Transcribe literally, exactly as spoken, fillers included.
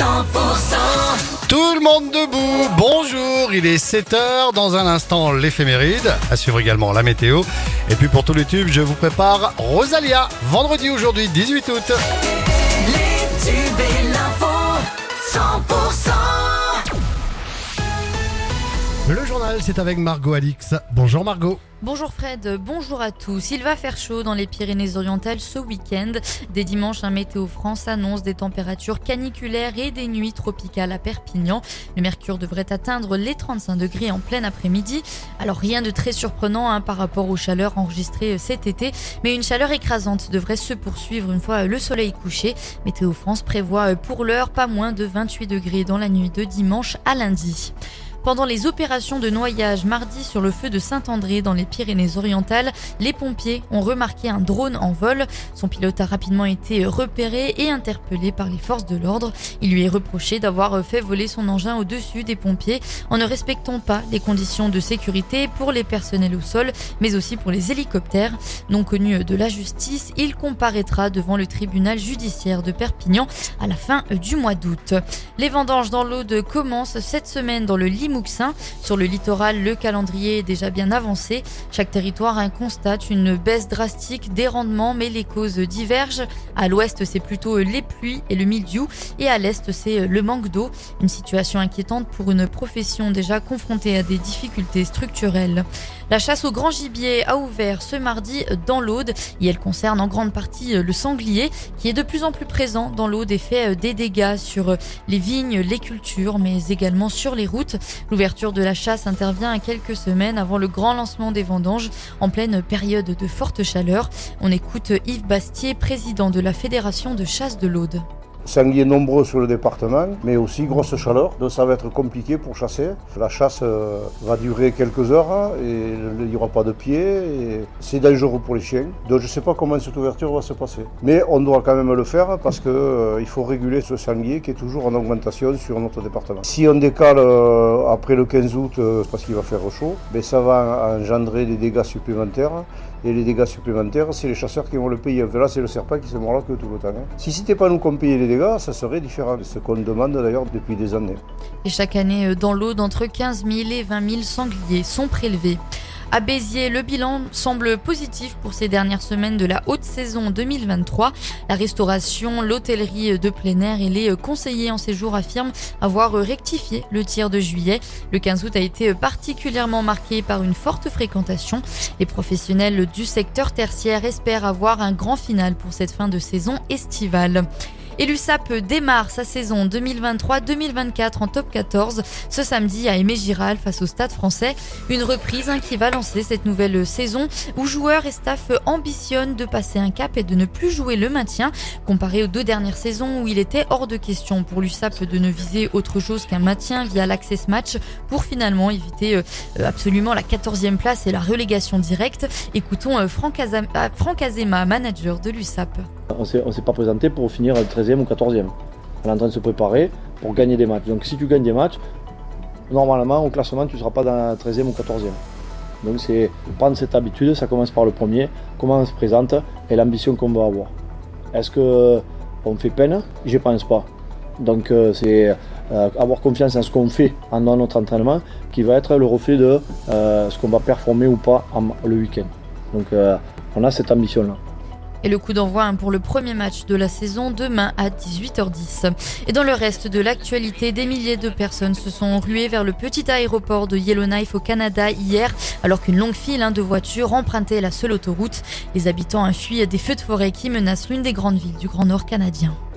cent pour cent. Tout le monde debout, bonjour, il est sept heures, dans un instant l'éphéméride, à suivre également la météo. Et puis pour tous les tubes, je vous prépare Rosalia, vendredi aujourd'hui, dix-huit août. Les tubes et l'info, cent pour cent. Le journal, c'est avec Margot Alix. Bonjour Margot. Bonjour Fred, bonjour à tous. Il va faire chaud dans les Pyrénées-Orientales ce week-end. Dès dimanche, un Météo France annonce des températures caniculaires et des nuits tropicales à Perpignan. Le mercure devrait atteindre les trente-cinq degrés en plein après-midi. Alors rien de très surprenant hein, par rapport aux chaleurs enregistrées cet été, mais une chaleur écrasante devrait se poursuivre une fois le soleil couché. Météo France prévoit pour l'heure pas moins de vingt-huit degrés dans la nuit de dimanche à lundi. Pendant les opérations de noyage mardi sur le feu de Saint-André dans les Pyrénées-Orientales, les pompiers ont remarqué un drone en vol. Son pilote a rapidement été repéré et interpellé par les forces de l'ordre. Il lui est reproché d'avoir fait voler son engin au-dessus des pompiers en ne respectant pas les conditions de sécurité pour les personnels au sol, mais aussi pour les hélicoptères. Non connu de la justice, il comparaîtra devant le tribunal judiciaire de Perpignan à la fin du mois d'août. Les vendanges dans l'Aude commencent cette semaine dans le Limousin. Sur le littoral, le calendrier est déjà bien avancé. Chaque territoire hein, constate une baisse drastique des rendements, mais les causes divergent. À l'ouest, c'est plutôt les pluies et le mildiou, et à l'est, c'est le manque d'eau. Une situation inquiétante pour une profession déjà confrontée à des difficultés structurelles. La chasse au grand gibier a ouvert ce mardi dans l'Aude, et elle concerne en grande partie le sanglier, qui est de plus en plus présent dans l'Aude et fait des dégâts sur les vignes, les cultures, mais également sur les routes. L'ouverture de la chasse intervient à quelques semaines avant le grand lancement des vendanges, en pleine période de forte chaleur. On écoute Yves Bastier, président de la Fédération de chasse de l'Aude. Sangliers nombreux sur le département, mais aussi grosse chaleur, donc ça va être compliqué pour chasser. La chasse euh, va durer quelques heures et il n'y aura pas de pied, et c'est dangereux pour les chiens. Donc je ne sais pas comment cette ouverture va se passer. Mais on doit quand même le faire parce qu'il euh, faut réguler ce sanglier qui est toujours en augmentation sur notre département. Si on décale euh, après le quinze août euh, parce qu'il va faire chaud, ben ça va engendrer des dégâts supplémentaires. Et les dégâts supplémentaires, c'est les chasseurs qui vont le payer. Là, c'est le serpent qui se mord la queue tout le temps. Hein. Si ce n'était pas nous qu'on payait les dégâts, ça serait différent. C'est ce qu'on demande d'ailleurs depuis des années. Et chaque année, dans l'Aude, entre quinze mille et vingt mille sangliers sont prélevés. À Béziers, le bilan semble positif pour ces dernières semaines de la haute saison deux mille vingt-trois. La restauration, l'hôtellerie de plein air et les conseillers en séjour affirment avoir rectifié le tir de juillet. Le quinze août a été particulièrement marqué par une forte fréquentation. Les professionnels du secteur tertiaire espèrent avoir un grand final pour cette fin de saison estivale. Et l'U S A P démarre sa saison deux mille vingt-trois deux mille vingt-quatre en top quatorze ce samedi à Aimé-Giral face au Stade français. Une reprise hein, qui va lancer cette nouvelle saison où joueurs et staff ambitionnent de passer un cap et de ne plus jouer le maintien. Comparé aux deux dernières saisons où il était hors de question pour l'U S A P de ne viser autre chose qu'un maintien via l'Access Match pour finalement éviter euh, absolument la quatorzième place et la relégation directe. Écoutons euh, Franck, Azam- euh, Franck Azema, manager de l'U S A P. On ne s'est pas présenté pour finir treizième ou quatorzième. On est en train de se préparer pour gagner des matchs. Donc si tu gagnes des matchs, normalement au classement tu ne seras pas dans la treizième ou quatorzième. Donc c'est prendre cette habitude, ça commence par le premier, comment on se présente et l'ambition qu'on va avoir. Est-ce qu'on fait peine? Je ne pense pas. Donc euh, c'est euh, avoir confiance en ce qu'on fait en notre entraînement qui va être le reflet de euh, ce qu'on va performer ou pas en, le week-end. Donc euh, on a cette ambition-là. Et le coup d'envoi pour le premier match de la saison demain à dix-huit heures dix. Et dans le reste de l'actualité, des milliers de personnes se sont ruées vers le petit aéroport de Yellowknife au Canada hier, alors qu'une longue file de voitures empruntait la seule autoroute. Les habitants fuient des feux de forêt qui menacent l'une des grandes villes du Grand Nord canadien.